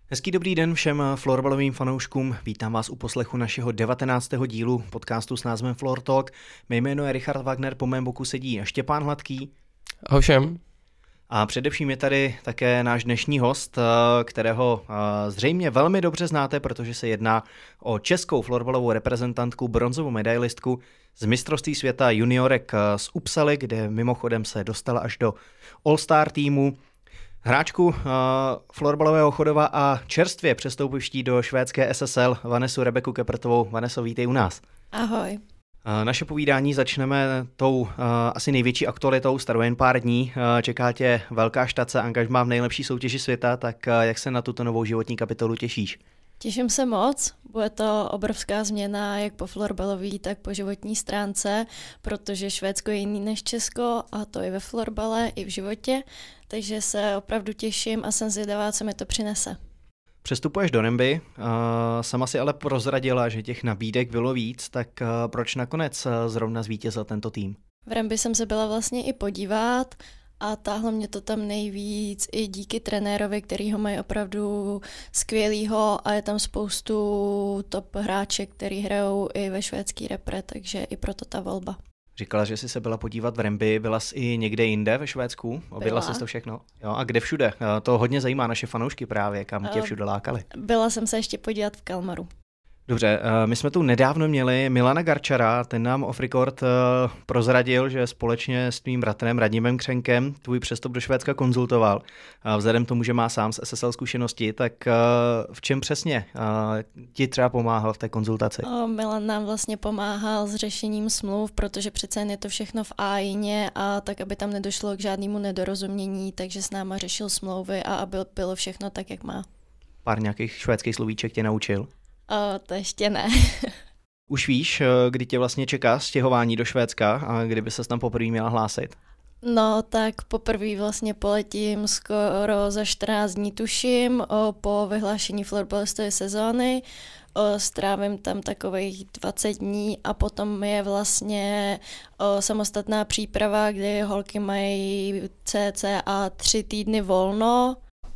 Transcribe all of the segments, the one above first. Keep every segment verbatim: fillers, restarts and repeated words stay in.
Hezký dobrý den všem florbalovým fanouškům. Vítám vás u poslechu našeho devatenáctého dílu podcastu s názvem Floor Talk. Mé jméno je Richard Wagner, po mém boku sedí Štěpán Hladký. Ahoj všem. A především je tady také náš dnešní host, kterého zřejmě velmi dobře znáte, protože se jedná o českou florbalovou reprezentantku, bronzovou medailistku z mistrovství světa juniorek z Uppsaly, kde mimochodem se dostala až do All-Star týmu. Hráčku uh, florbalového Chodova a čerstvě přestoupivští do švédské S S L Vanesu Rebeku Kepertovou. Vaneso, vítej u nás. Ahoj. Uh, naše povídání začneme tou uh, asi největší aktualitou, starou jen pár dní. Uh, čeká tě velká štace, angažmá v nejlepší soutěži světa, tak uh, jak se na tuto novou životní kapitolu těšíš? Těším se moc, bude to obrovská změna jak po florbalové, tak po životní stránce, protože Švédsko je jiný než Česko a to i ve florbale, i v životě, takže se opravdu těším a jsem zvědavá, co mi to přinese. Přestupuješ do Renby, uh, sama si ale prozradila, že těch nabídek bylo víc, tak uh, proč nakonec uh, zrovna zvítězil tento tým? V Renby jsem se byla vlastně i podívat a táhlo mě to tam nejvíc i díky trenérovi, který ho mají opravdu skvělýho a je tam spoustu top hráček, který hrajou i ve švédský repre, takže i proto ta volba. Říkala, že jsi se byla podívat v Renby, byla jsi i někde jinde ve Švédsku? Objedla jsi to všechno? Jo, a kde všude? To hodně zajímá naše fanoušky právě, kam tě všude lákali. Byla jsem se ještě podívat v Kalmaru. Dobře, my jsme tu nedávno měli Milana Garčara, ten nám off record prozradil, že společně s tvým bratrem Radimem Křenkem tvůj přestup do Švédska konzultoval. Vzhledem tomu, že má sám z S S L zkušenosti, tak v čem přesně ti třeba pomáhal v té konzultaci? O, Milan nám vlastně pomáhal s řešením smluv, protože přece je to všechno v ájině a tak, aby tam nedošlo k žádnému nedorozumění, takže s náma řešil smlouvy a aby bylo všechno tak, jak má. Pár nějakých švédských slovíček tě naučil? O, to ještě ne. Už víš, kdy tě vlastně čeká stěhování do Švédska a kdyby ses tam poprvé měla hlásit? No tak poprvé vlastně poletím skoro za čtrnáct dní tuším o, po vyhlášení florbalistové sezóny. O, strávím tam takových dvacet dní a potom je vlastně o, samostatná příprava, kdy holky mají cca tři týdny volno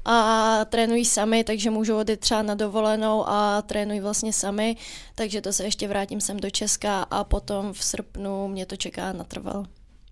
a trénují sami, takže můžou odjet třeba na dovolenou a trénují vlastně sami, takže to se ještě vrátím sem do Česka a potom v srpnu mě to čeká natrvalo.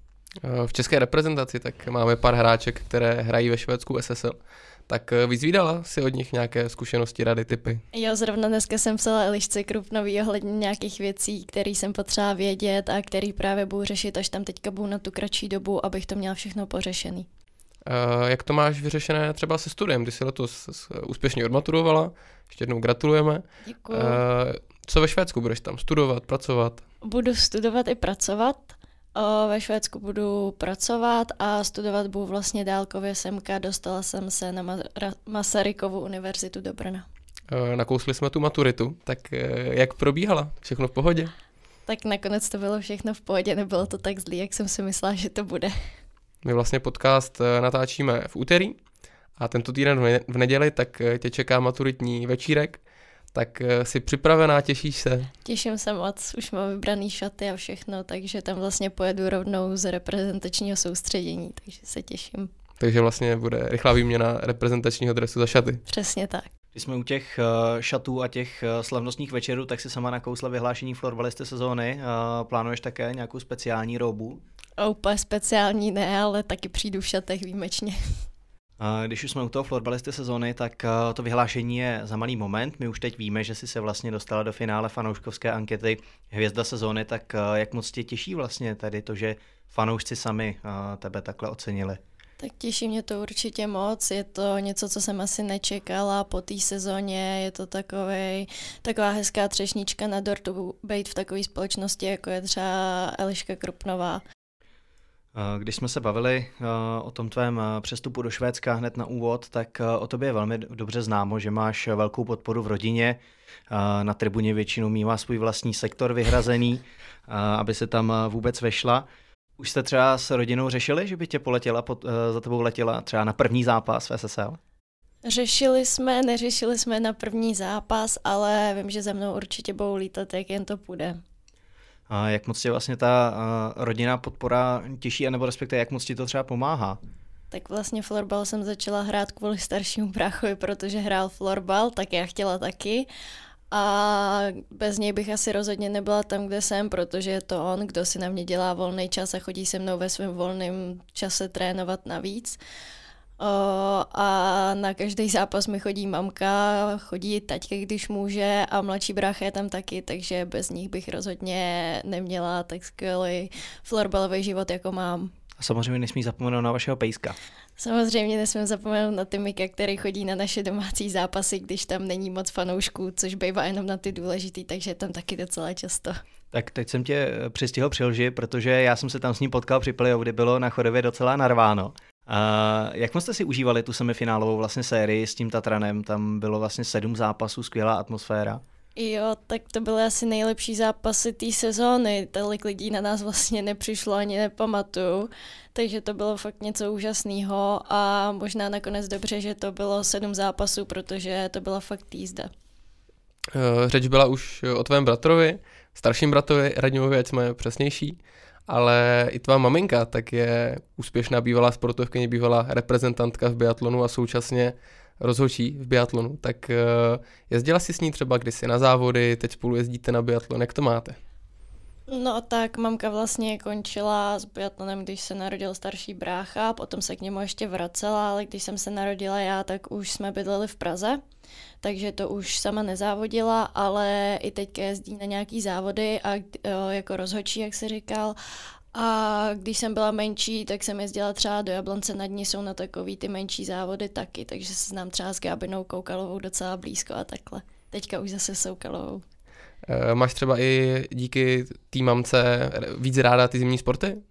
V české reprezentaci tak máme pár hráček, které hrají ve Švédsku S S L. Tak vyzvídala si od nich nějaké zkušenosti, rady, tipy? Jo, zrovna dneska jsem psala Elišce Krupnový ohledně nějakých věcí, které jsem potřeba vědět a které právě budu řešit, až tam teďka budu na tu kratší dobu, abych to měla všechno pořešený. Uh, jak to máš vyřešené třeba se studiem? Ty jsi letos úspěšně odmaturovala, ještě jednou gratulujeme. Děkuju. Uh, co ve Švédsku budeš tam studovat, pracovat? Budu studovat i pracovat. O, ve Švédsku budu pracovat a studovat budu vlastně dálkově semka. Dostala jsem se na Ma- Masarykovu univerzitu do Brna. Uh, nakousli jsme tu maturitu, tak uh, jak probíhala? Všechno v pohodě? Tak nakonec to bylo všechno v pohodě, nebylo to tak zlý, jak jsem si myslela, že to bude. My vlastně podcast natáčíme v úterý a tento týden v neděli, tak tě čeká maturitní večírek, tak jsi připravená, těšíš se? Těším se moc, už mám vybraný šaty a všechno, takže tam vlastně pojedu rovnou z reprezentačního soustředění, takže se těším. Takže vlastně bude rychlá výměna reprezentačního dresu za šaty. Přesně tak. Když jsme u těch šatů a těch slavnostních večerů, tak si sama nakousla vyhlášení florbalisty sezóny. Plánuješ také nějakou speciální robu? Úplně speciální ne, ale taky přijdu v šatech výjimečně. Když už jsme u toho florbalisty sezóny, tak to vyhlášení je za malý moment. My už teď víme, že jsi se vlastně dostala do finále fanouškovské ankety Hvězda sezóny, tak jak moc tě těší vlastně tady to, že fanoušci sami tebe takhle ocenili? Tak těší mě to určitě moc, je to něco, co jsem asi nečekala po té sezóně, je to takovej, taková hezká třešnička na dortu být v takové společnosti, jako je třeba Eliška Krupnová. Když jsme se bavili o tom tvém přestupu do Švédska hned na úvod, tak o tobě je velmi dobře známo, že máš velkou podporu v rodině. Na tribuně většinou mívá svůj vlastní sektor vyhrazený, aby se tam vůbec vešla. Už jste třeba s rodinou řešili, že by tě poletěla, pod, za tebou letěla třeba na první zápas v S S L? Řešili jsme, neřešili jsme na první zápas, ale vím, že za mnou určitě budou lítat, jak jen to půjde. A jak moc tě vlastně ta rodinná podpora těší, anebo respektive jak moc ti to třeba pomáhá? Tak vlastně florbal jsem začala hrát kvůli staršímu bráchovi, protože hrál florbal, tak já chtěla taky. A bez něj bych asi rozhodně nebyla tam, kde jsem, protože je to on, kdo si na mě dělá volný čas a chodí se mnou ve svém volném čase trénovat navíc. O, a na každý zápas mi chodí mamka, chodí taťka, když může, a mladší brácha je tam taky, takže bez nich bych rozhodně neměla tak skvělý florbalový život, jako mám. A samozřejmě nesmí zapomenout na vašeho pejska. Samozřejmě nesmím zapomenout na Timika, který chodí na naše domácí zápasy, když tam není moc fanoušků, což bývá jenom na ty důležitý, takže je tam taky docela často. Tak teď jsem tě přistihl při lži, protože já jsem se tam s ním potkal při playoff, kdy bylo na Chodově docela narváno. A jak moc jste si užívali tu semifinálovou vlastně sérii s tím Tatranem? Tam bylo vlastně sedm zápasů, skvělá atmosféra. Jo, tak to byly asi nejlepší zápasy té sezóny. Tolik lidí na nás vlastně nepřišlo, ani nepamatuju. Takže to bylo fakt něco úžasného a možná nakonec dobře, že to bylo sedm zápasů, protože to byla fakt jízda. Řeč byla už o tvém bratrovi, starším bratrovi Radimovi, ať jsme přesnější, ale i tvá maminka tak je úspěšná bývalá sportovkyně, bývalá reprezentantka v biatlonu a současně rozhodčí v biatlonu. Tak jezdila jsi s ní třeba kdysi na závody, teď spolu jezdíte na biatlon, jak to máte? No tak mamka vlastně končila s biatlonem, když se narodil starší brácha, potom se k němu ještě vracela, ale když jsem se narodila já, tak už jsme bydleli v Praze, takže to už sama nezávodila, ale i teďka jezdí na nějaký závody a jako rozhodčí, jak se říkal. A když jsem byla menší, tak jsem jezdila třeba do Jablonce nad ní, jsou na takový ty menší závody taky, takže se znám třeba s Gábinou Koukalovou docela blízko a takhle. Teďka už zase s Soukalovou. Máš třeba i díky té mamce víc ráda ty zimní sporty?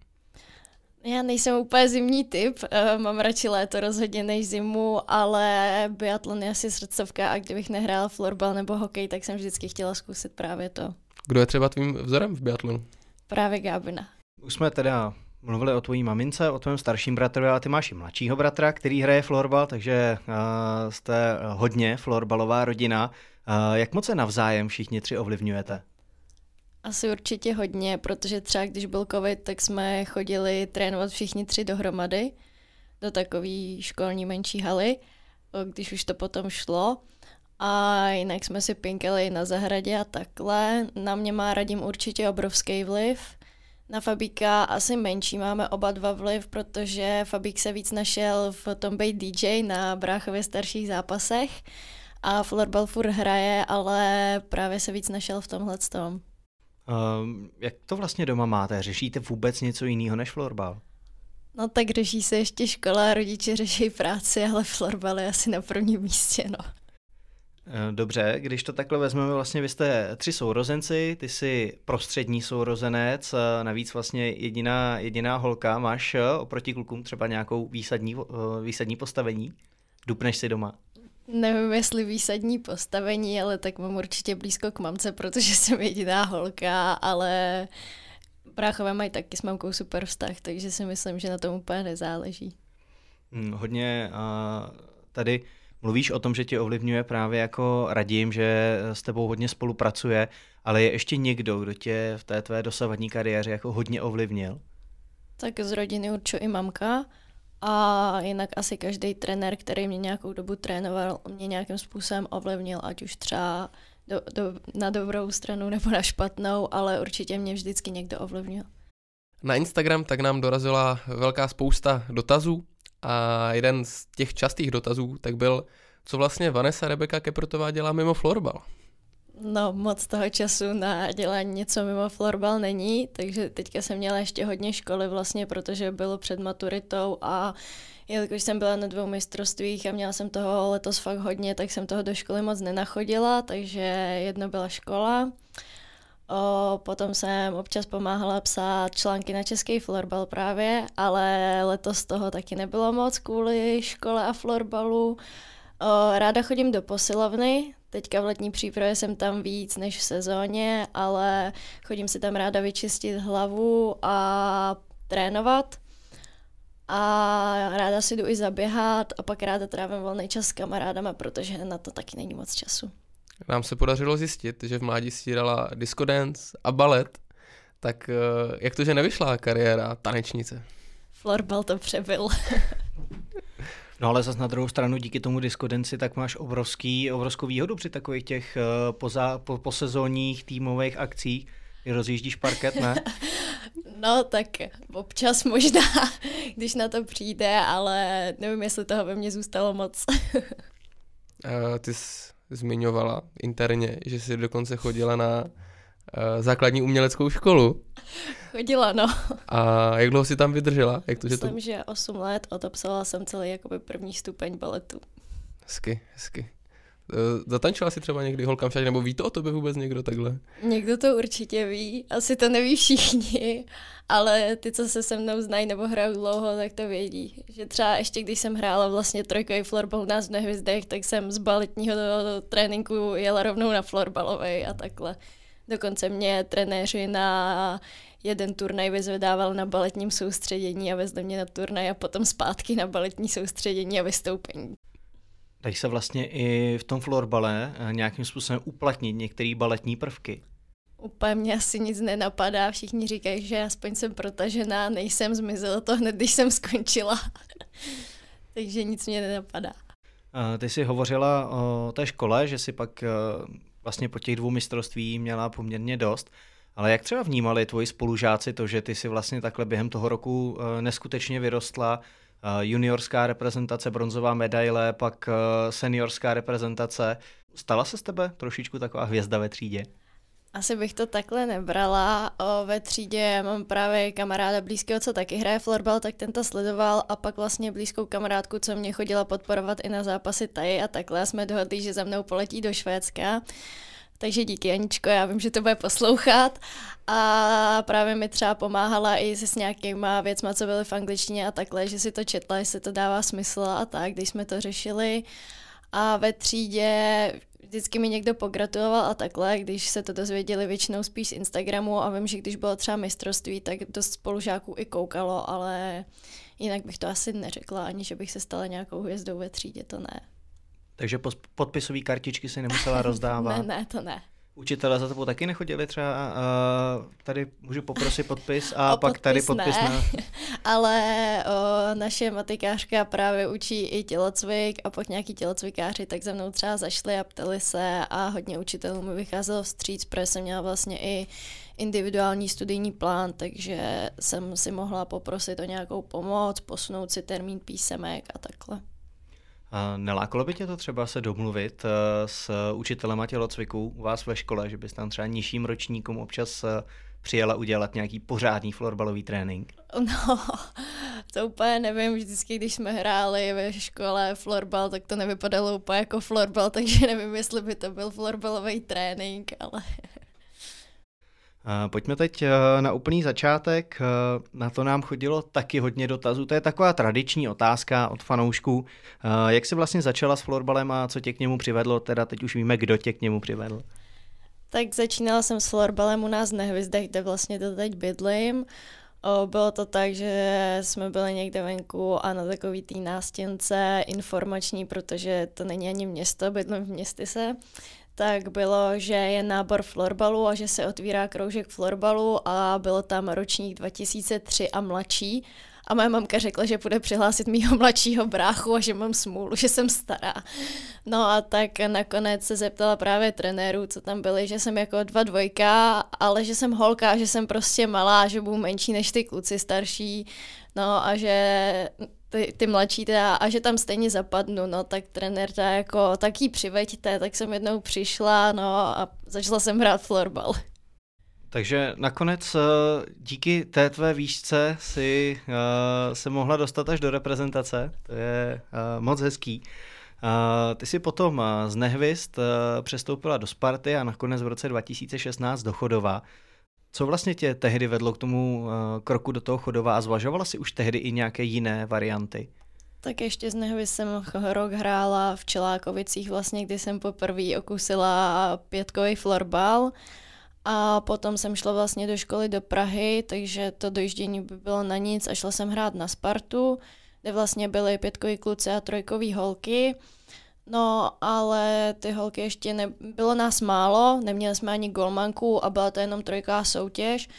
Já nejsem úplně zimní typ, mám radši léto rozhodně než zimu, ale biatlon je asi srdcovka a kdybych nehrála florbal nebo hokej, tak jsem vždycky chtěla zkusit právě to. Kdo je třeba tvým vzorem v biatlonu? Právě Gábina. Už jsme teda mluvili o tvojí mamince, o tvém starším bratrovi, ale ty máš i mladšího bratra, který hraje florbal, takže uh, jste hodně florbalová rodina. Uh, jak moc se navzájem všichni tři ovlivňujete? Asi určitě hodně, protože třeba když byl covid, tak jsme chodili trénovat všichni tři dohromady do takové školní menší haly, když už to potom šlo. A jinak jsme si pinkali na zahradě a takhle. Na mě má Radim určitě obrovský vliv. Na Fabíka asi menší máme oba dva vliv, protože Fabík se víc našel v tom být D J na bráchově starších zápasech a florbal furt hraje, ale právě se víc našel v tomhletom. Um, jak to vlastně doma máte? Řešíte vůbec něco jiného než florbal? No tak řeší se ještě škola, rodiče řeší práci, ale florbal je asi na prvním místě, no. Dobře, když to takhle vezmeme, vlastně vy jste tři sourozenci, ty jsi prostřední sourozenec, navíc vlastně jediná, jediná holka, máš oproti klukům třeba nějakou výsadní, výsadní postavení? Dupneš si doma? Nevím, jestli výsadní postavení, ale tak mám určitě blízko k mamce, protože jsem jediná holka, ale bráchové mají taky s mamkou super vztah, takže si myslím, že na tom úplně nezáleží. Hmm, hodně uh, tady mluvíš o tom, že tě ovlivňuje právě jako Radim, že s tebou hodně spolupracuje, ale je ještě někdo, kdo tě v té tvé dosavadní kariéře jako hodně ovlivnil? Tak z rodiny určitě i mamka a jinak asi každý trenér, který mě nějakou dobu trénoval, mě nějakým způsobem ovlivnil, ať už třeba do, do, na dobrou stranu nebo na špatnou, ale určitě mě vždycky někdo ovlivnil. Na Instagram tak nám dorazila velká spousta dotazů a jeden z těch častých dotazů tak byl, co vlastně Vanessa Rebeka Keprtová dělá mimo florbal. No, moc toho času na dělání něco mimo florbal není, takže teďka jsem měla ještě hodně školy vlastně, protože bylo před maturitou a jelikož jsem byla na dvou mistrovstvích a měla jsem toho letos fakt hodně, tak jsem toho do školy moc nenachodila, takže jedno byla škola. O, potom jsem občas pomáhala psát články na český florbal právě, ale letos toho taky nebylo moc kvůli škole a florbalu. O, ráda chodím do posilovny, teďka v letní přípravě jsem tam víc než v sezóně, ale chodím si tam ráda vyčistit hlavu a trénovat. A ráda si jdu i zaběhat a pak ráda trávím volný čas s kamarádama, protože na to taky není moc času. Nám se podařilo zjistit, že v mládí stírala disco dance a balet, tak jak to, že nevyšla kariéra tanečnice? Florbal to přebyl. No ale zase na druhou stranu díky tomu diskodenci tak máš obrovský, obrovskou výhodu při takových těch uh, poza, po, posezónních týmových akcích, kdy rozjíždíš parket, ne? No tak občas možná, když na to přijde, ale nevím, jestli toho ve mně zůstalo moc. Uh, ty jsi zmiňovala interně, že jsi dokonce chodila na uh, základní uměleckou školu. Chodila, no. A jak dlouho jsi tam vydržela? Jak to, že Myslím, to... že osm let, odopsala jsem celý jakoby první stupeň baletu. Hezky, hezky. Zatančila jsi třeba někdy holkám však, nebo ví to o tobě vůbec někdo takhle? Někdo to určitě ví, asi to neví všichni, ale ty, co se se mnou znají nebo hrajou dlouho, tak to vědí. Že třeba ještě když jsem hrála vlastně trojkový florbal u nás v Nehvizdech, tak jsem z baletního do, do tréninku jela rovnou na florbalovej a takhle. Dokonce mě trenéři na jeden turnaj vyzvedával na baletním soustředění a vezli mě na turnaj a potom zpátky na baletní soustředění a vystoupení. Dají se vlastně i v tom florbale nějakým způsobem uplatnit některé baletní prvky. Úplně mě asi nic nenapadá, všichni říkají, že aspoň jsem protažená, nejsem, zmizelo to hned, když jsem skončila. Takže nic mě nenapadá. Ty jsi hovořila o té škole, že jsi pak vlastně po těch dvou mistrovství měla poměrně dost, ale jak třeba vnímali tvoji spolužáci to, že ty si vlastně takhle během toho roku neskutečně vyrostla, juniorská reprezentace, bronzová medaile, pak seniorská reprezentace. Stala se z tebe trošičku taková hvězda ve třídě? Asi bych to takhle nebrala. O, ve třídě mám právě kamaráda blízkého, co taky hraje florbal, tak ten to sledoval a pak vlastně blízkou kamarádku, co mě chodila podporovat i na zápasy tady a takhle. Jsme dohodli, že za mnou poletí do Švédska. Takže díky, Aničko, já vím, že to bude poslouchat. A právě mi třeba pomáhala i s nějakýma věcma, co byly v angličtině a takhle, že si to četla, jestli to dává smysl a tak, když jsme to řešili. A ve třídě vždycky mi někdo pogratuloval a takhle, když se to dozvěděli většinou spíš z Instagramu a vím, že když bylo třeba mistrovství, tak dost spolužáků i koukalo, ale jinak bych to asi neřekla, ani že bych se stala nějakou hvězdou ve třídě, to ne. Takže podpisové kartičky si nemusela rozdávat? ne, ne, to ne. Učitelé za tebou taky nechodili třeba, uh, tady můžu poprosit podpis a o pak podpis tady podpis ne. na... Ale o, naše matikářka právě učí i tělocvik a pak nějaký tělocvikáři tak za mnou třeba zašli a ptali se a hodně učitelů mi vycházelo vstříc, protože jsem měla vlastně i individuální studijní plán, takže jsem si mohla poprosit o nějakou pomoc, posunout si termín písemek a takhle. A nelákalo by tě to třeba se domluvit uh, s učitelema tělocviku u vás ve škole, že bys tam třeba nižším ročníkům občas uh, přijela udělat nějaký pořádný florbalový trénink? No, to úplně nevím, vždycky, když jsme hráli ve škole florbal, tak to nevypadalo úplně jako florbal, takže nevím, jestli by to byl florbalový trénink, ale... Pojďme teď na úplný začátek, na to nám chodilo taky hodně dotazů, to je taková tradiční otázka od fanoušků. Jak jsi vlastně začala s florbalem a co tě k němu přivedlo, teda teď už víme, kdo tě k němu přivedl. Tak začínala jsem s florbalem u nás v Nehvizdech, kde vlastně doteď bydlím. O, bylo to tak, že jsme byli někde venku a na takový tý nástěnce informační, protože to není ani město, bydlím v Městyse, tak bylo, že je nábor florbalu a že se otvírá kroužek florbalu a bylo tam ročník dva tisíce tři a mladší. A moje mamka řekla, že půjde přihlásit mýho mladšího bráchu a že mám smůlu, že jsem stará. No a tak nakonec se zeptala právě trenérů, co tam byli, že jsem jako dva dvojka, ale že jsem holka, že jsem prostě malá, že budu menší než ty kluci starší. No a že ty, ty mladší teda, a že tam stejně zapadnu, no tak trenér teda jako, tak jí přiveďte, tak jsem jednou přišla, no a začala jsem hrát florbal. Takže nakonec díky té tvé výšce si uh, se mohla dostat až do reprezentace, to je uh, moc hezký. Uh, ty si potom uh, z Nehvizd uh, přestoupila do Sparty a nakonec v roce dva tisíce šestnáct do Chodova. Co vlastně tě tehdy vedlo k tomu uh, kroku do toho Chodova a zvažovala si už tehdy i nějaké jiné varianty? Tak ještě z Nehvizd jsem rok hrála v Čelákovicích, vlastně, kdy jsem poprvé okusila pětkový florbal. A potom jsem šla vlastně do školy do Prahy, takže to dojíždění by bylo na nic a šla jsem hrát na Spartu, kde vlastně byly pětkoví kluci a trojkoví holky. No, ale ty holky ještě ne... bylo nás málo, neměli jsme ani golmanku a byla to jenom trojková soutěž.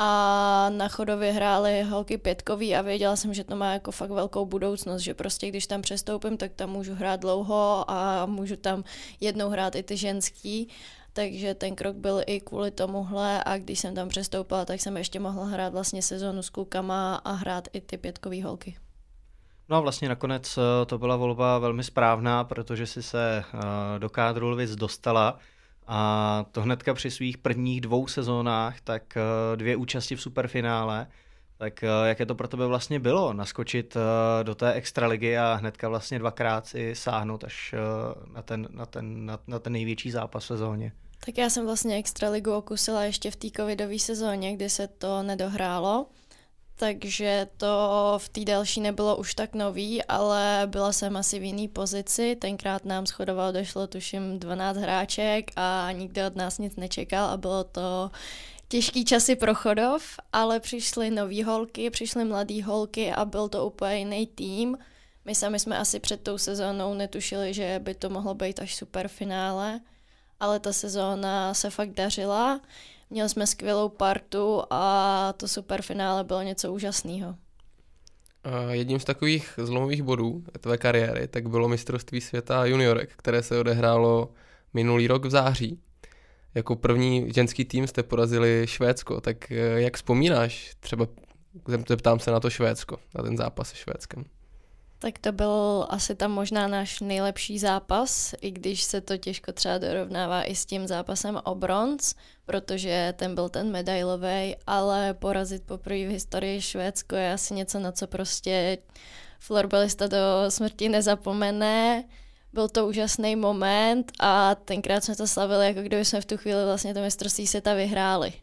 A na Chodově hrály holky pětkový a věděla jsem, že to má jako fakt velkou budoucnost, že prostě když tam přestoupím, tak tam můžu hrát dlouho a můžu tam jednou hrát i ty ženský. Takže ten krok byl i kvůli tomuhle a když jsem tam přestoupila, tak jsem ještě mohla hrát vlastně sezónu s klukama a hrát i ty pětkový holky. No a vlastně nakonec to byla volba velmi správná, protože si se do kádru Lvic dostala a to hnedka při svých prvních dvou sezónách, tak dvě účasti v superfinále. Tak jaké to pro tebe vlastně bylo naskočit do té extraligy a hnedka vlastně dvakrát si sáhnout až na ten, na ten, na, na ten největší zápas v sezóně? Tak já jsem vlastně extraligu okusila ještě v té covidové sezóně, kdy se to nedohrálo. Takže to v té další nebylo už tak nový, ale byla jsem asi v jiný pozici. Tenkrát nám z Chodova odešlo tuším dvanáct hráček a nikdo od nás nic nečekal a bylo to těžký časy pro Chodov, ale přišly nový holky, přišly mladý holky a byl to úplně jiný tým. My sami jsme asi před tou sezónou netušili, že by to mohlo být až superfinále, ale ta sezóna se fakt dařila. Měli jsme skvělou partu a to superfinále bylo něco úžasného. Jedním z takových zlomových bodů tvé kariéry tak bylo mistrovství světa juniorek, které se odehrálo minulý rok v září. Jako první ženský tým jste porazili Švédsko, tak jak vzpomínáš? Třeba zeptám se na to Švédsko, na ten zápas se Švédskem. Tak to byl asi tam možná náš nejlepší zápas, i když se to těžko třeba dorovnává i s tím zápasem o bronz, protože ten byl ten medailový, ale porazit poprvé v historii Švédsko je asi něco, na co prostě florbalista do smrti nezapomene. Byl to úžasný moment a tenkrát jsme to slavili, jako kdyby jsme v tu chvíli vlastně to mistrovství světa vyhráli.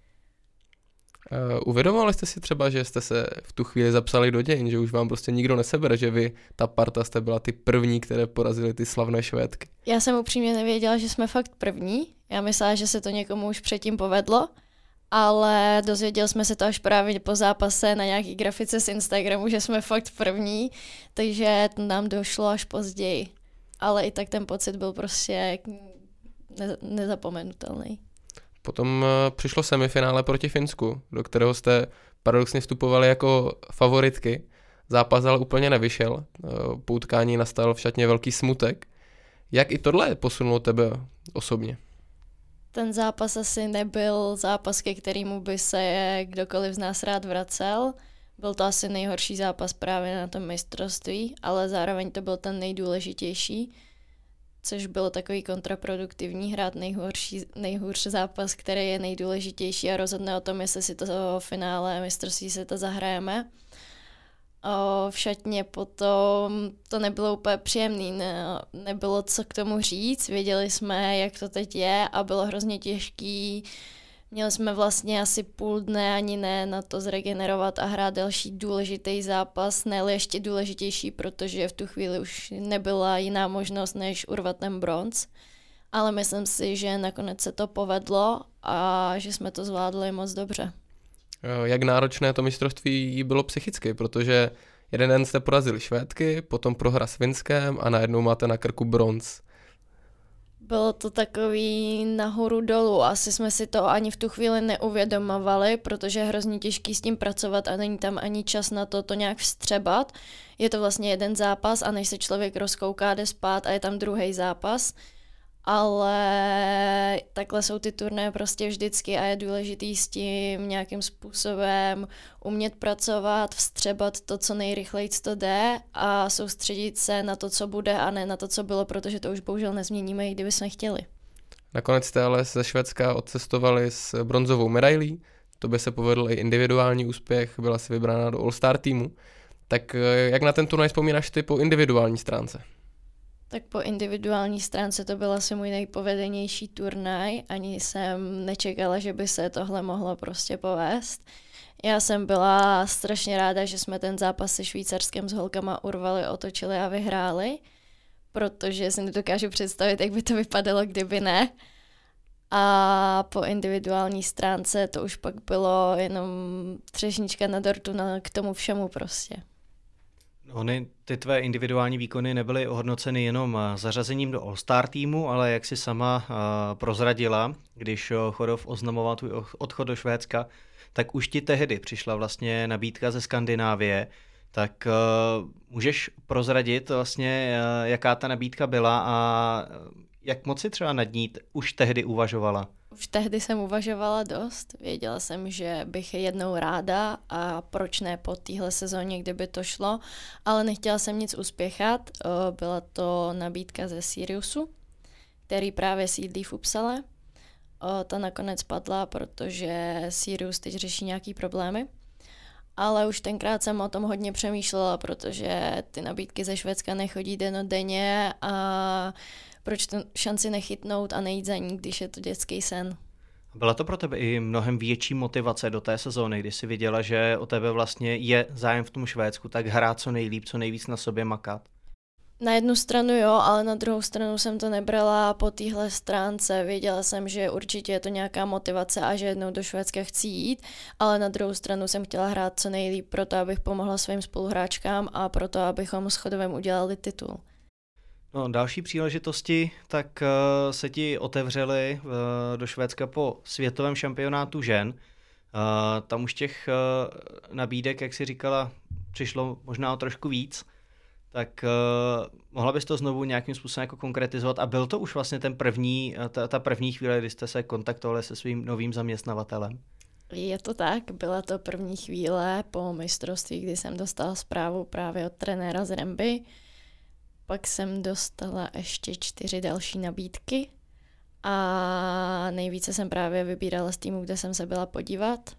Uh, uvědomovali jste si třeba, že jste se v tu chvíli zapsali do dějin, že už vám prostě nikdo nesebere, že vy, ta parta, jste byla ty první, které porazili ty slavné Švédky? Já jsem upřímně nevěděla, že jsme fakt první. Já myslela, že se to někomu už předtím povedlo, ale dozvěděli jsme se to až právě po zápase na nějaký grafice z Instagramu, že jsme fakt první, takže to nám došlo až později. Ale i tak ten pocit byl prostě ne- nezapomenutelný. Potom přišlo semifinále proti Finsku, do kterého jste paradoxně vstupovali jako favoritky. Zápas ale úplně nevyšel. Po utkání nastal v šatně velký smutek. Jak i tohle posunulo tebe osobně? Ten zápas asi nebyl zápas, ke kterému by se kdokoliv z nás rád vracel. Byl to asi nejhorší zápas právě na tom mistrovství, ale zároveň to byl ten nejdůležitější, což bylo takový kontraproduktivní hrát nejhorší, nejhůř zápas, který je nejdůležitější a rozhodne o tom, jestli si to finále mistrovství světa zahrajeme. O, v šatně potom to nebylo úplně příjemný, ne, nebylo co k tomu říct, věděli jsme, jak to teď je a bylo hrozně těžký. Měli jsme vlastně asi půl dne, ani ne, na to zregenerovat a hrát další důležitý zápas, ne ještě důležitější, protože v tu chvíli už nebyla jiná možnost, než urvat ten bronz. Ale myslím si, že nakonec se to povedlo a že jsme to zvládli moc dobře. Jak náročné to mistrovství bylo psychicky, protože jeden den jste porazili Švédky, potom prohra s Finskem a najednou máte na krku bronz. Bylo to takový nahoru dolů, asi jsme si to ani v tu chvíli neuvědomovali, protože je hrozně těžký s tím pracovat a není tam ani čas na to to nějak vstřebat. Je to vlastně jeden zápas a než se člověk rozkouká, jde spát a je tam druhý zápas. Ale takhle jsou ty turné prostě vždycky a je důležitý s tím nějakým způsobem umět pracovat, vstřebat to, co nejrychleji to jde a soustředit se na to, co bude a ne na to, co bylo, protože to už bohužel nezměníme, i kdyby jsme chtěli. Nakonec jste ale ze Švédska odcestovali s bronzovou medailí, to by se povedl i individuální úspěch, byla si vybrána do All-Star týmu. Tak jak na ten turnaj vzpomínáš ty po individuální stránce? Tak po individuální stránce to byl asi můj nejpovedenější turnaj. Ani jsem nečekala, že by se tohle mohlo prostě povést. Já jsem byla strašně ráda, že jsme ten zápas se Švýcarskem s holkama urvali, otočili a vyhráli, protože si nedokážu představit, jak by to vypadalo, kdyby ne. A po individuální stránce to už pak bylo jenom třešnička na dortu na, k tomu všemu prostě. Ony, ty tvé individuální výkony nebyly ohodnoceny jenom zařazením do All-Star týmu, ale jak si sama uh, prozradila, když Chodov oznamoval tvůj odchod do Švédska, tak už ti tehdy přišla vlastně nabídka ze Skandinávie. Tak uh, můžeš prozradit vlastně, uh, jaká ta nabídka byla a jak moc si třeba nad ní už tehdy uvažovala? Už tehdy jsem uvažovala dost. Věděla jsem, že bych jednou ráda a proč ne po téhle sezóně, kdyby to šlo, ale nechtěla jsem nic uspěchat. Byla to nabídka ze Siriusu, který právě sídlí v Uppsale. Ta nakonec padla, protože Sirius teď řeší nějaký problémy. Ale už tenkrát jsem o tom hodně přemýšlela, protože ty nabídky ze Švédska nechodí dennodenně a proč tu šanci nechytnout a nejít za ní, když je to dětský sen. Byla to pro tebe i mnohem větší motivace do té sezóny, kdy jsi viděla, že o tebe vlastně je zájem v tom Švédsku, tak hrát co nejlíp, co nejvíc na sobě makat? Na jednu stranu jo, ale na druhou stranu jsem to nebrala po téhle stránce. Věděla jsem, že určitě je to nějaká motivace a že jednou do Švédska chci jít, ale na druhou stranu jsem chtěla hrát co nejlíp proto, abych pomohla svým spoluhráčkám a proto, abychom s Chodovem udělali titul. No, další příležitosti tak uh, se ti otevřely uh, do Švédska po světovém šampionátu žen. Uh, tam už těch uh, nabídek, jak jsi říkala, přišlo možná o trošku víc. Tak uh, mohla bys to znovu nějakým způsobem jako konkretizovat a byl to už vlastně ten první, ta, ta první chvíle, kdy jste se kontaktovali se svým novým zaměstnavatelem? Je to tak, byla to první chvíle po mistrovství, kdy jsem dostala zprávu právě od trenéra z Remby. Pak jsem dostala ještě čtyři další nabídky a nejvíce jsem právě vybírala z týmu, kde jsem se byla podívat.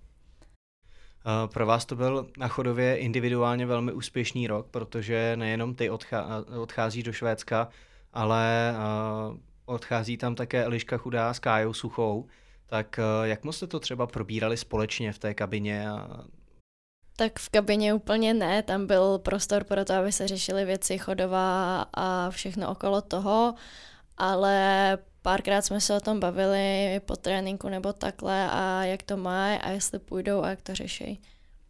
Pro vás to byl na Chodově individuálně velmi úspěšný rok, protože nejenom ty odchá- odcházíš do Švédska, ale odchází tam také Eliška Chudá s Kájou Suchou. Tak jak moc jste to třeba probírali společně v té kabině? Tak v kabině úplně ne, tam byl prostor pro to, aby se řešily věci Chodova a všechno okolo toho, ale párkrát jsme se o tom bavili po tréninku nebo takhle a jak to mají a jestli půjdou a jak to řeší.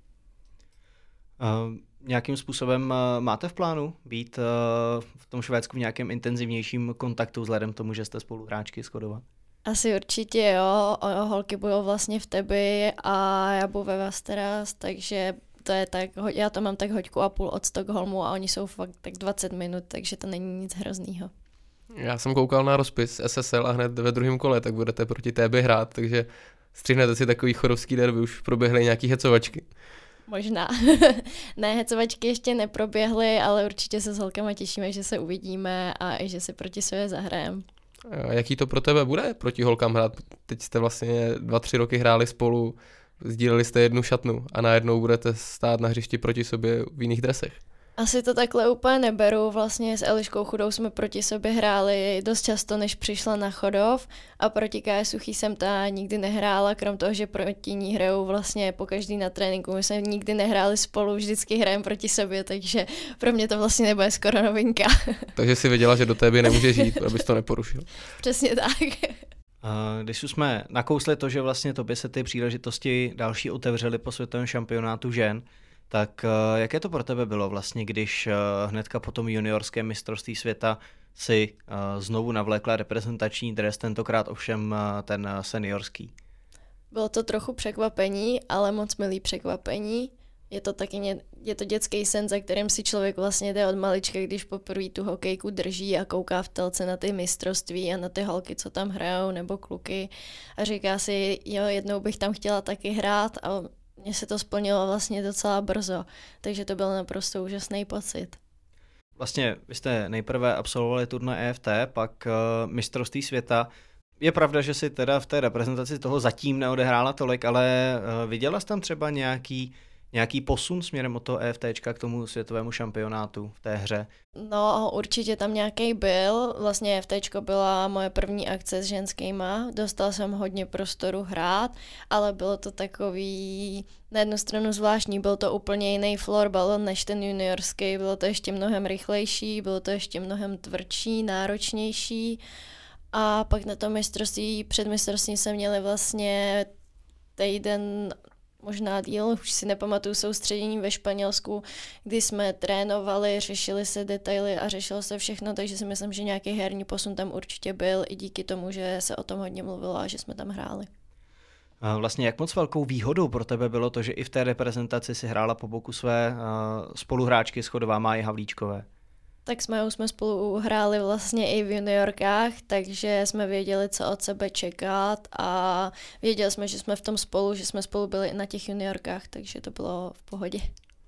Uh, nějakým způsobem uh, máte v plánu být uh, v tom Švédsku v nějakém intenzivnějším kontaktu vzhledem k tomu, že jste spoluhráčky z Chodova? Asi určitě jo, o, holky budou vlastně v Tebi a já budu ve Västerås, takže to je tak, já to mám tak hoďku a půl od Stockholmu a oni jsou fakt tak dvacet minut, takže to není nic hroznýho. Já jsem koukal na rozpis S S L a hned ve druhém kole, tak budete proti T B hrát, takže střihnete si takový chodovský derby, už proběhly nějaký hecovačky. Možná. Ne, hecovačky ještě neproběhly, ale určitě se s holkama těšíme, že se uvidíme a i že si proti sobě zahrajeme. A jaký to pro tebe bude proti holkám hrát? Teď jste vlastně dva, tři roky hráli spolu, sdíleli jste jednu šatnu a najednou budete stát na hřišti proti sobě v jiných dresech. Asi to takhle úplně neberu, vlastně s Eliškou Chudou jsme proti sobě hráli dost často, než přišla na Chodov a proti Káje Suchý jsem ta nikdy nehrála, krom toho, že proti ní hrajou vlastně po každý na tréninku, my jsme nikdy nehráli spolu, vždycky hrajeme proti sobě, takže pro mě to vlastně nebude skoro novinka. Takže si věděla, že do tebe nemůže žít, abys to neporušil. Přesně tak. Když už jsme nakousli to, že vlastně tobě se ty příležitosti další otevřely po světovém šampionátu žen, tak jaké to pro tebe bylo vlastně, když hnedka po tom juniorském mistrovství světa si znovu navlékla reprezentační dres, tentokrát ovšem ten seniorský? Bylo to trochu překvapení, ale moc milý překvapení. Je to taky ně, je to dětský sen, za kterým si člověk vlastně jde od malička, když poprvé tu hokejku drží a kouká v telce na ty mistrovství a na ty holky, co tam hrajou, nebo kluky a říká si, jo, jednou bych tam chtěla taky hrát a mně se to splnilo vlastně docela brzo, takže to byl naprosto úžasný pocit. Vlastně vy jste nejprve absolvovali turnaj E F T, pak uh, mistrovství světa. Je pravda, že si teda v té reprezentaci toho zatím neodehrála tolik, ale uh, viděla jsi tam třeba nějaký, nějaký posun směrem od toho EFTčka k tomu světovému šampionátu v té hře? No, určitě tam nějaký byl. Vlastně EFTčko byla moje první akce s ženskýma. Dostala jsem hodně prostoru hrát, ale bylo to takový na jednu stranu zvláštní. Byl to úplně jiný florbal než ten juniorský. Bylo to ještě mnohem rychlejší, bylo to ještě mnohem tvrdší, náročnější. A pak na tom mistrovství, před mistrovstvím jsme měli vlastně týden možná díl, už si nepamatuju soustředění ve Španělsku, kdy jsme trénovali, řešili se detaily a řešilo se všechno, takže si myslím, že nějaký herní posun tam určitě byl i díky tomu, že se o tom hodně mluvilo a že jsme tam hráli. A vlastně jak moc velkou výhodou pro tebe bylo to, že i v té reprezentaci si hrála po boku své uh, spoluhráčky Schodová Máji Havlíčkové? Tak jsme, jsme spolu hráli vlastně i v juniorkách, takže jsme věděli, co od sebe čekat a věděli jsme, že jsme v tom spolu, že jsme spolu byli i na těch juniorkách, takže to bylo v pohodě.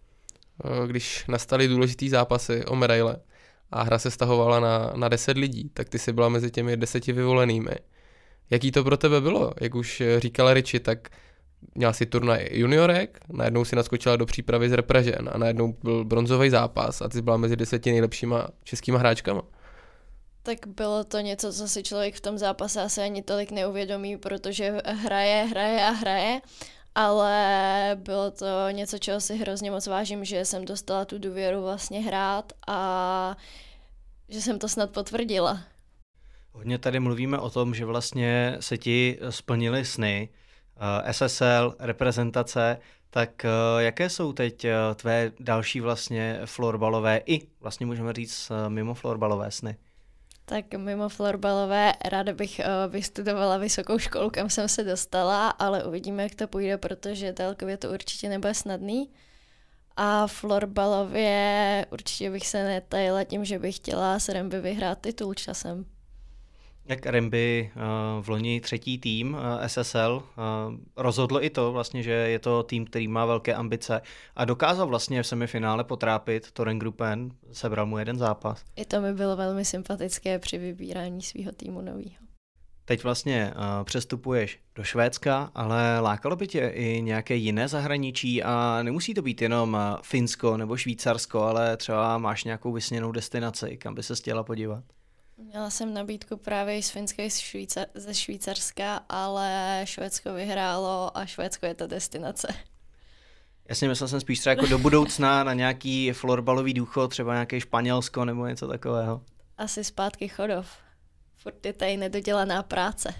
Když nastaly důležitý zápasy o medaile a hra se stahovala na, na deset lidí, tak ty jsi byla mezi těmi deseti vyvolenými. Jaký to pro tebe bylo? Jak už říkala Richie, tak měla si turnaj juniorek, najednou si naskočila do přípravy z reprežen a najednou byl bronzový zápas a ty jsi byla mezi deseti nejlepšíma českýma hráčkama. Tak bylo to něco, co si člověk v tom zápase asi ani tolik neuvědomí, protože hraje, hraje a hraje, ale bylo to něco, čeho si hrozně moc vážím, že jsem dostala tu důvěru vlastně hrát a že jsem to snad potvrdila. Hodně tady mluvíme o tom, že vlastně se ti splnily sny, S S L, reprezentace, tak jaké jsou teď tvé další vlastně florbalové i vlastně můžeme říct mimo florbalové sny? Tak mimo florbalové ráda bych vystudovala vysokou školu, kam jsem se dostala, ale uvidíme, jak to půjde, protože dálkově to určitě nebude snadný. A florbalově určitě bych se netajila tím, že bych chtěla s Remby vyhrát titul časem. Jak Remby v loni třetí tým S S L rozhodlo i to vlastně, že je to tým, který má velké ambice a dokázal vlastně v semifinále potrápit Torengruppen, sebral mu jeden zápas. I to mi bylo velmi sympatické při vybírání svého týmu nového. Teď vlastně přestupuješ do Švédska, ale lákalo by tě i nějaké jiné zahraničí a nemusí to být jenom Finsko nebo Švýcarsko, ale třeba máš nějakou vysněnou destinaci, kam by se chtěla podívat? Měla jsem nabídku právě z Finska i Švýcar- ze Švýcarska, ale Švédsko vyhrálo a Švédsko je ta destinace. Jasně, myslel jsem spíš třeba jako do budoucna na nějaký florbalový důchod, třeba nějaké Španělsko nebo něco takového. Asi zpátky Chodov. Furt je tady nedodělaná práce.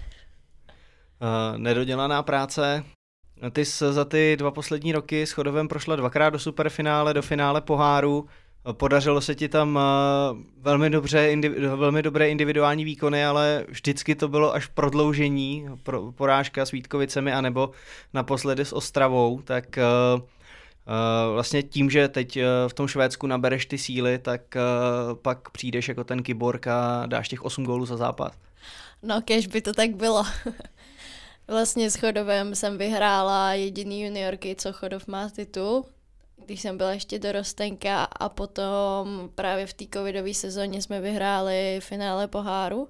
Uh, nedodělaná práce. Ty jsi za ty dva poslední roky s Chodovem prošla dvakrát do superfinále, do finále poháru. Podařilo se ti tam velmi, dobře, individu, velmi dobré individuální výkony, ale vždycky to bylo až prodloužení, pro, porážka s Vítkovicemi anebo naposledy s Ostravou, tak uh, uh, vlastně tím, že teď v tom Švédsku nabereš ty síly, tak uh, pak přijdeš jako ten kyborg a dáš těch osm gólů za zápas. No, kéž by to tak bylo. Vlastně s Chodovem jsem vyhrála jediný juniorky, co Chodov má titul, když jsem byla ještě dorostenka a potom právě v té covidové sezóně jsme vyhráli finále poháru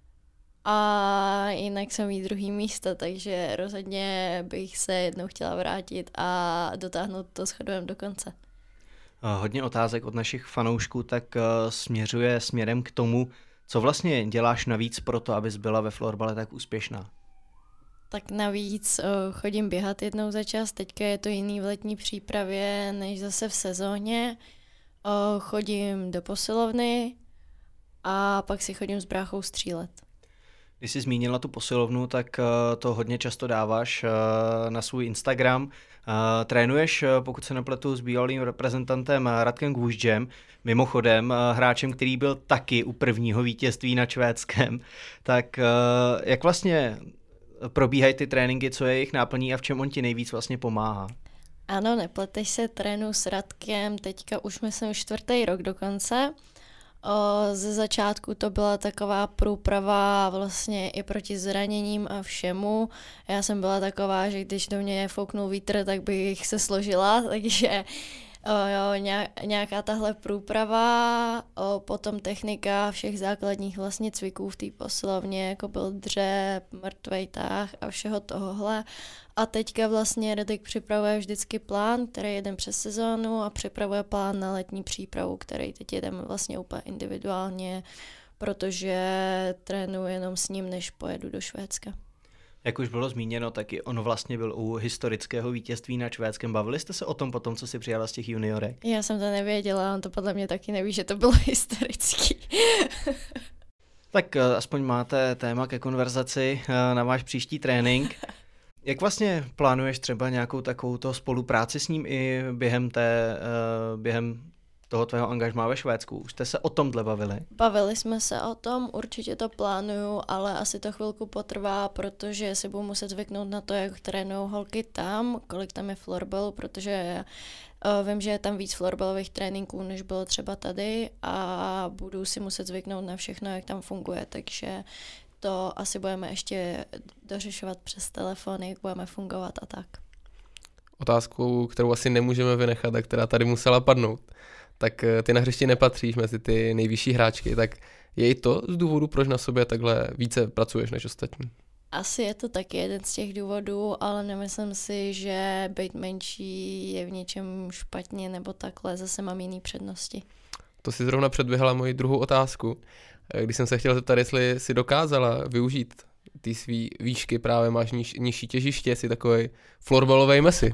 a jinak jsem jí druhý místo, takže rozhodně bych se jednou chtěla vrátit a dotáhnout to s Chodovem do konce. Hodně otázek od našich fanoušků tak směřuje směrem k tomu, co vlastně děláš navíc pro to, abys byla ve florbale tak úspěšná. Tak navíc o, chodím běhat jednou za čas, teďka je to jiný v letní přípravě než zase v sezóně. O, chodím do posilovny a pak si chodím s bráchou střílet. Když jsi zmínila tu posilovnu, tak to hodně často dáváš na svůj Instagram. Trénuješ, pokud se nepletu, s bývalým reprezentantem Radkem Gvůždžem, mimochodem hráčem, který byl taky u prvního vítězství nad Švédskem. Tak jak vlastně probíhají ty tréninky, co je jejich náplní a v čem on ti nejvíc vlastně pomáhá? Ano, nepleteš se, trénuji s Radkem, teďka už myslím čtvrtý rok dokonce. O, ze začátku to byla taková průprava vlastně i proti zraněním a všemu. Já jsem byla taková, že když do mě fouknul vítr, tak bych se složila, takže o, jo, nějaká tahle průprava, o, potom technika všech základních vlastně cviků v té posilovně, jako byl dřep, mrtvej tah a všeho tohohle. A teďka vlastně Radek připravuje vždycky plán, který jedem přes sezónu a připravuje plán na letní přípravu, který teď jedeme vlastně úplně individuálně, protože trénuji jenom s ním, než pojedu do Švédska. Jak už bylo zmíněno, tak i on vlastně byl u historického vítězství nad Švédskem. Bavili jste se o tom potom, co si přijala z těch juniorek? Já jsem to nevěděla, on to podle mě taky neví, že to bylo historický. Tak aspoň máte téma ke konverzaci na váš příští trénink. Jak vlastně plánuješ třeba nějakou takovou spolupráci s ním i během, té, uh, během toho tvého angažmá ve Švédsku? Už jste se o tomhle bavili? Bavili jsme se o tom, určitě to plánuju, ale asi to chvilku potrvá, protože si budu muset zvyknout na to, jak trénují holky tam, kolik tam je florbalu, protože uh, vím, že je tam víc florbalových tréninků, než bylo třeba tady a budu si muset zvyknout na všechno, jak tam funguje, takže to asi budeme ještě dořešovat přes telefony, jak budeme fungovat a tak. Otázkou, kterou asi nemůžeme vynechat a která tady musela padnout, tak ty na hřišti nepatříš mezi ty nejvyšší hráčky, tak je i to z důvodu, proč na sobě takhle více pracuješ než ostatní? Asi je to taky jeden z těch důvodů, ale nemyslím si, že být menší je v něčem špatně nebo takhle, zase mám jiný přednosti. To si zrovna předběhla moji druhou otázku, když jsem se chtěl zeptat, jestli si dokázala využít ty svý výšky, právě máš niž, nižší těžiště, jsi takový florbalovej Messi.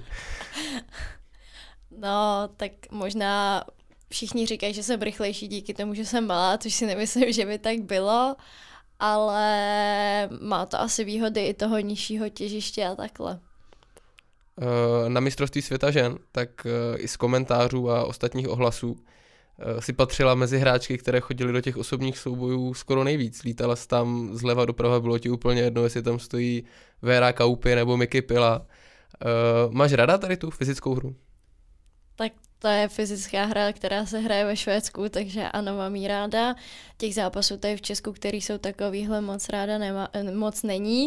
No, tak možná všichni říkají, že jsem rychlejší díky tomu, že jsem malá, což si nemyslím, že by tak bylo, ale má to asi výhody i toho nižšího těžiště a takhle. Na mistrovství světa žen, tak i z komentářů a ostatních ohlasů si patřila mezi hráčky, které chodily do těch osobních soubojů skoro nejvíc. Lítala jsi tam zleva doprava, bylo ti úplně jedno, jestli tam stojí Vera Kaupy nebo Miky Pila. Máš ráda tady tu fyzickou hru? Tak to je fyzická hra, která se hraje ve Švédsku, takže ano, mám jí ráda. Těch zápasů tady v Česku, který jsou takovýhle, moc ráda nema, moc není.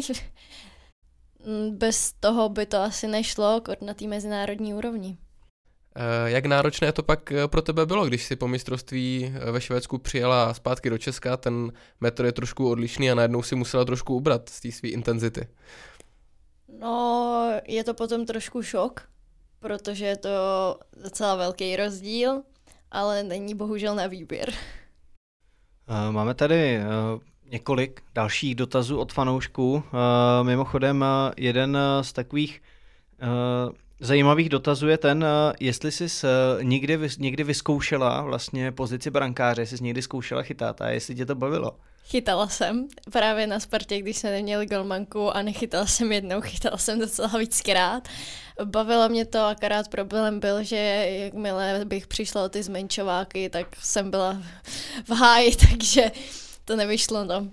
Bez toho by to asi nešlo na té mezinárodní úrovni. Jak náročné to pak pro tebe bylo, když si po mistrovství ve Švédsku přijela zpátky do Česka, ten metr je trošku odlišný a najednou si musela trošku ubrat z té své intenzity? No, je to potom trošku šok, protože je to docela velký rozdíl, ale není bohužel na výběr. Máme tady několik dalších dotazů od fanoušků. Mimochodem, jeden z takových zajímavých dotazů je ten, jestli jsi někdy, někdy vyzkoušela vlastně pozici brankáře, jestli jsi někdy zkoušela chytat a jestli tě to bavilo. Chytala jsem právě na Spartě, když jsme neměli golmanku a nechytala jsem jednou, chytala jsem docela víckrát. Bavilo mě to, akorát problém byl, že jakmile bych přišla o ty zmenšováky, tak jsem byla v háji, takže to nevyšlo. No.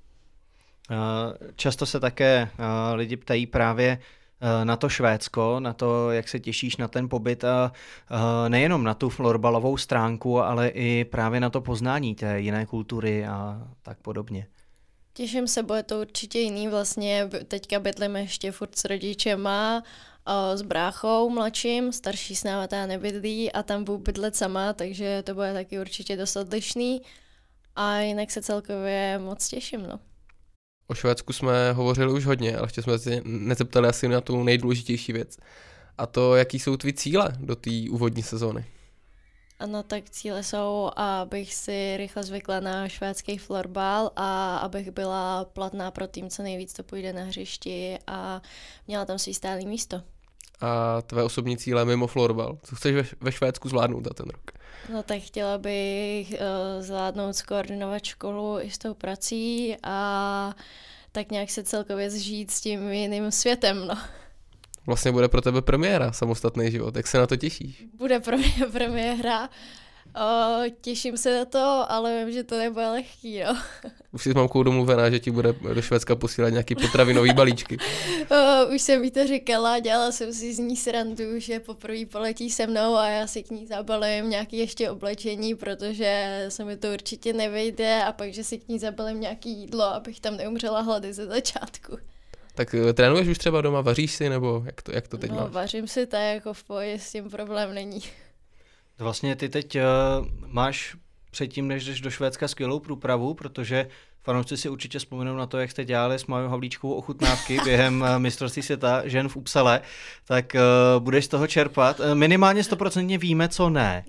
Často se také lidi ptají právě na to Švédsko, na to, jak se těšíš na ten pobyt a nejenom na tu florbalovou stránku, ale i právě na to poznání té jiné kultury a tak podobně. Těším se, bude to určitě jiný. Vlastně teďka bydlím ještě furt s rodičema, s bráchou mladším, starší s náma teda nebydlí a tam budu bydlet sama, takže to bude taky určitě dost odlišný a jinak se celkově moc těším, no. O Švédsku jsme hovořili už hodně, ale ještě jsme se nezeptali asi na tu nejdůležitější věc. A to, jaký jsou tvý cíle do té úvodní sezóny? Ano, tak cíle jsou, abych si rychle zvykla na švédský florbal a abych byla platná pro tým, co nejvíc to půjde na hřišti a měla tam svý stálý místo. A tvé osobní cíle mimo florbal? Co chceš ve, ve Švédsku zvládnout za ten rok? No tak chtěla bych uh, zvládnout skoordinovat školu i s tou prací a tak nějak se celkově zžít s tím jiným světem, no. Vlastně bude pro tebe premiéra, samostatný život. Jak se na to těšíš? Bude pro mě premiéra. O, těším se na to, ale vím, že to nebude lehký, no. Už jsi s mamkou domluvená, že ti bude do Švédska posílat nějaký potravinový balíčky. O, už jsem jí to říkala, dělala jsem si z ní srandu, že poprvé poletí se mnou a já si k ní zabalím nějaké ještě oblečení, protože se mi to určitě nevejde a pak, že si k ní zabalím nějaké jídlo, abych tam neumřela hlady ze začátku. Tak trénuješ už třeba doma, vaříš si, nebo jak to, jak to teď no, máš? Vařím si, tak jako v pohodě, s tím problém není. Vlastně ty teď uh, máš předtím, než jdeš do Švédska, skvělou průpravu, protože fanoušci si určitě vzpomenou na to, jak jste dělali s Majou Havlíčkovou ochutnávky během uh, mistrovství světa žen v Upsale, tak uh, budeš z toho čerpat. Uh, minimálně stoprocentně víme, co ne.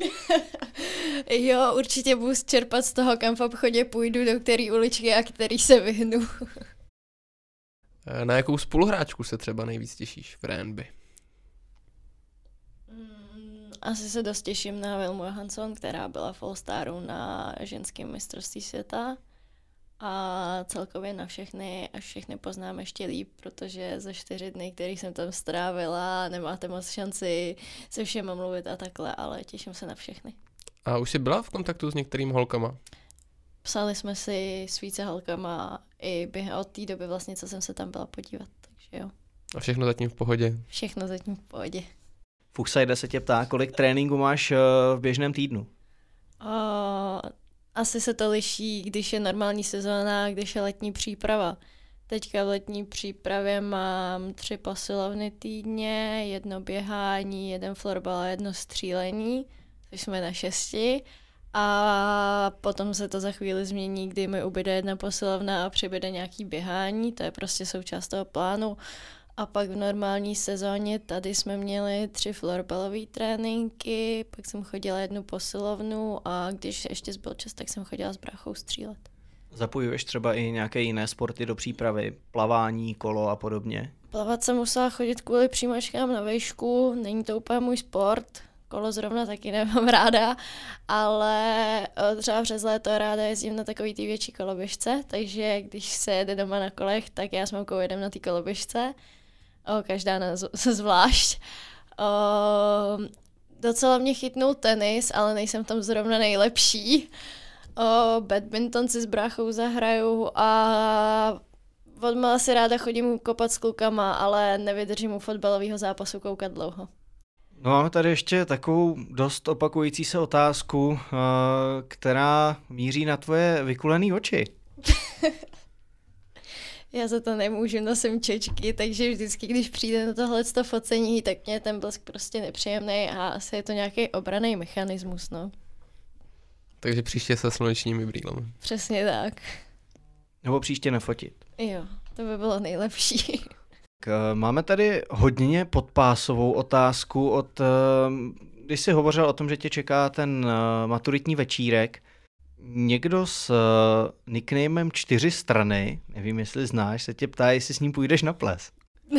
Jo, určitě budu čerpat z toho, kam v obchodě půjdu, do který uličky a který se vyhnu. Na jakou spoluhráčku se třeba nejvíc těšíš v Randby? Asi se dost těším na Vilmu Johansson, která byla v All-Staru na ženském mistrovství světa. a celkově na všechny, až všechny poznám ještě líp, protože za čtyři dny, který jsem tam strávila, nemáte moc šanci se všema mluvit a takhle, ale těším se na všechny. A už jsi byla v kontaktu s některými holkama? Psali jsme si s více holkama i během od té doby vlastně, co jsem se tam byla podívat, takže jo. A všechno zatím v pohodě? Všechno zatím v pohodě. Fuchside se tě ptá, kolik tréninku máš v běžném týdnu? O, asi se to liší, když je normální sezóna, když je letní příprava. Teďka v letní přípravě mám tři posilovny týdně, jedno běhání, jeden florbal a jedno střílení, což jsme na šesti. A potom se to za chvíli změní, kdy mi ubyde jedna posilovna a přibyde nějaký běhání, to je prostě součást toho plánu. A pak v normální sezóně tady jsme měli tři florbalové tréninky, pak jsem chodila jednu posilovnu a když ještě zbyl čas, tak jsem chodila s bráchou střílet. Zapojuješ třeba i nějaké jiné sporty do přípravy, plavání, kolo a podobně? Plavat jsem musela chodit kvůli přijímačkám na výšku, není to úplně můj sport, kolo zrovna taky nemám ráda, ale třeba přes léto ráda jezdím na takový ty větší koloběžce, takže když se jede doma na kolech, tak já s mamkou jedem na ty koloběžce. O, každá na z- zvlášť. O, docela mě chytnul tenis, ale nejsem tam zrovna nejlepší. O, badminton si s bráchou zahraju a odmala si ráda chodím kopat s klukama, ale nevydržím u fotbalového zápasu koukat dlouho. No máme tady ještě takovou dost opakující se otázku, která míří na tvoje vykulený oči. Já za to nemůžu, nosím čečky, takže vždycky, když přijde na tohleto focení, tak mě ten blesk prostě nepříjemný a asi je to nějaký obranný mechanismus, no. Takže příště se slunečními brýlemi. Přesně tak. Nebo příště nefotit. Jo, to by bylo nejlepší. Máme tady hodně podpásovou otázku od, když jsi hovořil o tom, že tě čeká ten maturitní večírek. Někdo s nicknamem čtyři strany, nevím, jestli znáš, se tě ptá, jestli s ním půjdeš na ples.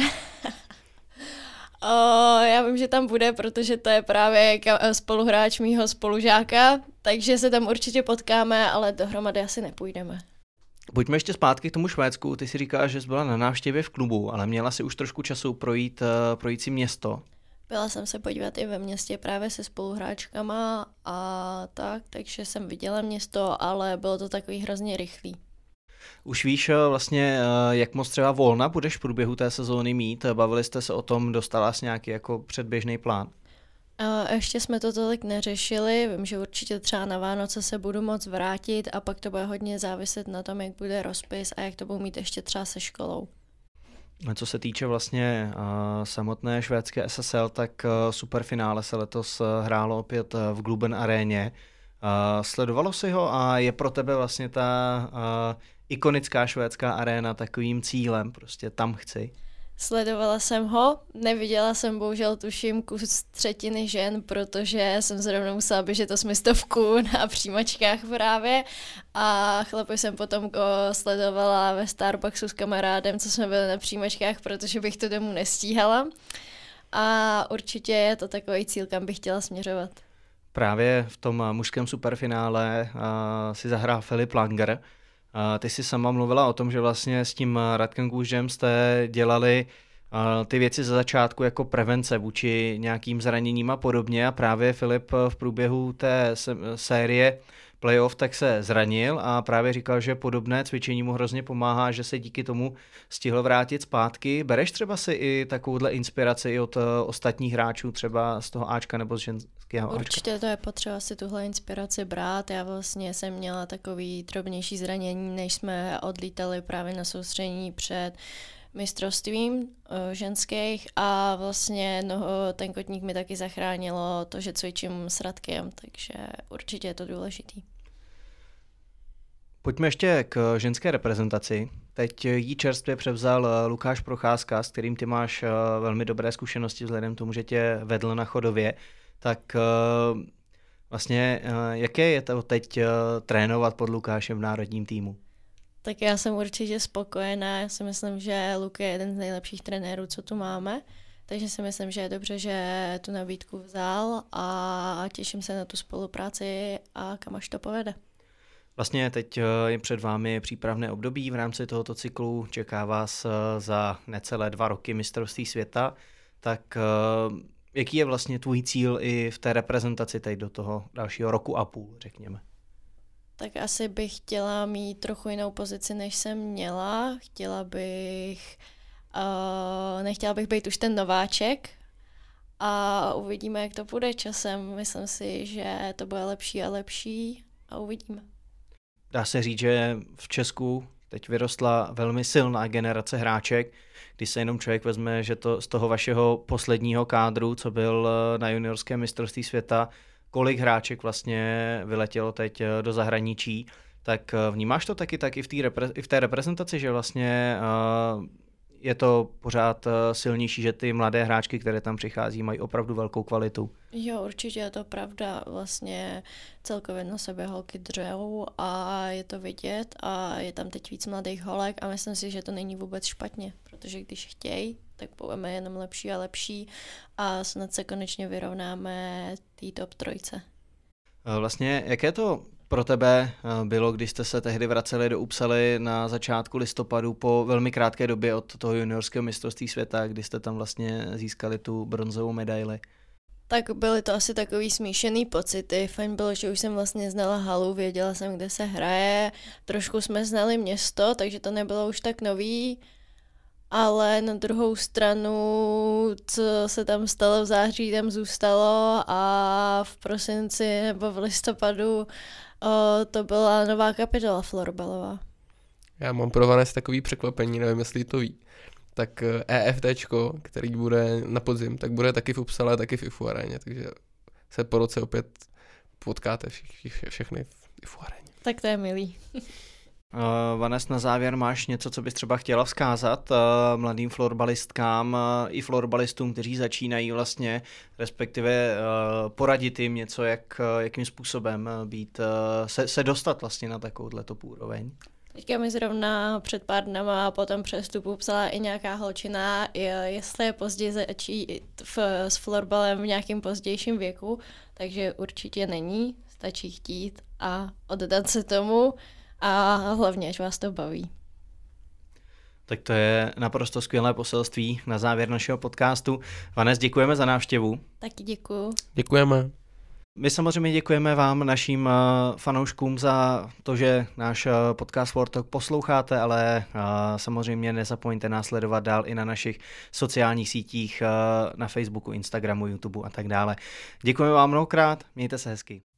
o, já vím, že tam bude, protože to je právě spoluhráč mýho spolužáka, takže se tam určitě potkáme, ale dohromady asi nepůjdeme. Pojďme ještě zpátky k tomu Švédsku. Ty si říkáš, že jsi byla na návštěvě v klubu, ale měla si už trošku času projít, projít si město. Byla jsem se podívat i ve městě právě se spoluhráčkama a tak, takže jsem viděla město, ale bylo to takový hrozně rychlý. Už víš vlastně, jak moc třeba volna budeš v průběhu té sezóny mít? Bavili jste se o tom, dostala jsi nějaký jako předběžný plán? A ještě jsme to tolik neřešili, vím, že určitě třeba na Vánoce se budu moc vrátit a pak to bude hodně záviset na tom, jak bude rozpis a jak to budu mít ještě třeba se školou. Co se týče vlastně uh, samotné švédské S S L, tak uh, superfinále se letos uh, hrálo opět uh, v Globen aréně. Uh, sledovalo si ho a je pro tebe vlastně ta uh, ikonická švédská aréna takovým cílem, prostě tam chci? Sledovala jsem ho, neviděla jsem bohužel tuším kus třetiny žen, protože jsem zrovna musela běžet osmistovku na přijímačkách právě a chlapy jsem potom sledovala ve Starbucksu s kamarádem, co jsme byli na přijímačkách, protože bych to domů nestíhala a určitě je to takový cíl, kam bych chtěla směřovat. Právě v tom mužském superfinále uh, si zahrál Filip Langer. Uh, ty jsi sama mluvila o tom, že vlastně s tím Radkem Gužem jste dělali uh, ty věci za začátku jako prevence vůči nějakým zraněním a podobně a právě Filip v průběhu té série playoff tak se zranil a právě říkal, že podobné cvičení mu hrozně pomáhá, že se díky tomu stihl vrátit zpátky. Bereš třeba si i takovouhle inspiraci i od uh, ostatních hráčů, třeba z toho Ačka nebo z ženského Ačka? Určitě to je potřeba si tuhle inspiraci brát. Já vlastně jsem měla takový drobnější zranění, než jsme odlítali právě na soustředění před mistrovstvím uh, ženských a vlastně no, ten kotník mi taky zachránilo to, že cvičím s Radkem, takže určitě je to důležitý. Pojďme ještě k ženské reprezentaci. Teď jí čerstvě převzal Lukáš Procházka, s kterým ty máš velmi dobré zkušenosti vzhledem k tomu, že tě vedl na Chodově. Tak vlastně jaké je to teď trénovat pod Lukášem v národním týmu? Tak já jsem určitě spokojená, já si myslím, že Luka je jeden z nejlepších trenérů, co tu máme, takže si myslím, že je dobře, že tu nabídku vzal a těším se na tu spolupráci a kam až to povede. Vlastně teď je před vámi přípravné období v rámci tohoto cyklu, čeká vás za necelé dva roky mistrovství světa, tak jaký je vlastně tvůj cíl i v té reprezentaci teď do toho dalšího roku a půl, řekněme? Tak asi bych chtěla mít trochu jinou pozici, než jsem měla. Chtěla bych, uh, nechtěla bych být už ten nováček a uvidíme, jak to půjde časem. Myslím si, že to bude lepší a lepší a uvidíme. Dá se říct, že v Česku teď vyrostla velmi silná generace hráček, když se jenom člověk vezme, že to z toho vašeho posledního kádru, co byl na juniorském mistrovství světa, kolik hráček vlastně vyletělo teď do zahraničí, tak vnímáš to taky taky v té repre- i v té reprezentaci, že vlastně uh, je to pořád silnější, že ty mladé hráčky, které tam přichází, mají opravdu velkou kvalitu? Jo, určitě je to pravda. Vlastně celkově na sebe holky dřou a je to vidět a je tam teď víc mladých holek a myslím si, že to není vůbec špatně, protože když chtějí, tak budeme jenom lepší a lepší a snad se konečně vyrovnáme té top trojce. Vlastně, jaké to pro tebe bylo, když jste se tehdy vraceli do Uppsaly na začátku listopadu po velmi krátké době od toho juniorského mistrovství světa, kdy jste tam vlastně získali tu bronzovou medaili? Tak byly to asi takový smíšený pocity. Fajn bylo, že už jsem vlastně znala halu, věděla jsem, kde se hraje, trošku jsme znali město, takže to nebylo už tak nový, ale na druhou stranu, co se tam stalo v září, tam zůstalo a v prosinci nebo v listopadu o, to byla nová kapitola florbalová. Já mám pro Vanessa takový překvapení, nevím, jestli to ví. Tak EFTčko, který bude na podzim, tak bude taky v Uppsale, taky v I F U aréně, takže se po roce opět potkáte všichni, všechny v I F U aréně. Tak to je milý. Uh, Vanes, na závěr máš něco, co bys třeba chtěla vzkázat uh, mladým florbalistkám uh, i florbalistům, kteří začínají vlastně, respektive uh, poradit jim něco, jak, uh, jakým způsobem uh, být, uh, se, se dostat vlastně na takovouhle top úroveň? Teďka mi zrovna před pár dnama po tom přestupu psala i nějaká holčina, jestli je později začít v, s florbalem v nějakém pozdějším věku, takže určitě není, stačí chtít a oddat se tomu a hlavně, až vás to baví. Tak to je naprosto skvělé poselství na závěr našeho podcastu. Vanes, děkujeme za návštěvu. Taky děkuju. Děkujeme. My samozřejmě děkujeme vám, našim fanouškům, za to, že náš podcast Floor Talk posloucháte, ale samozřejmě nezapomeňte nás sledovat dál i na našich sociálních sítích, na Facebooku, Instagramu, YouTubeu a tak dále. Děkujeme vám mnohokrát, mějte se hezky.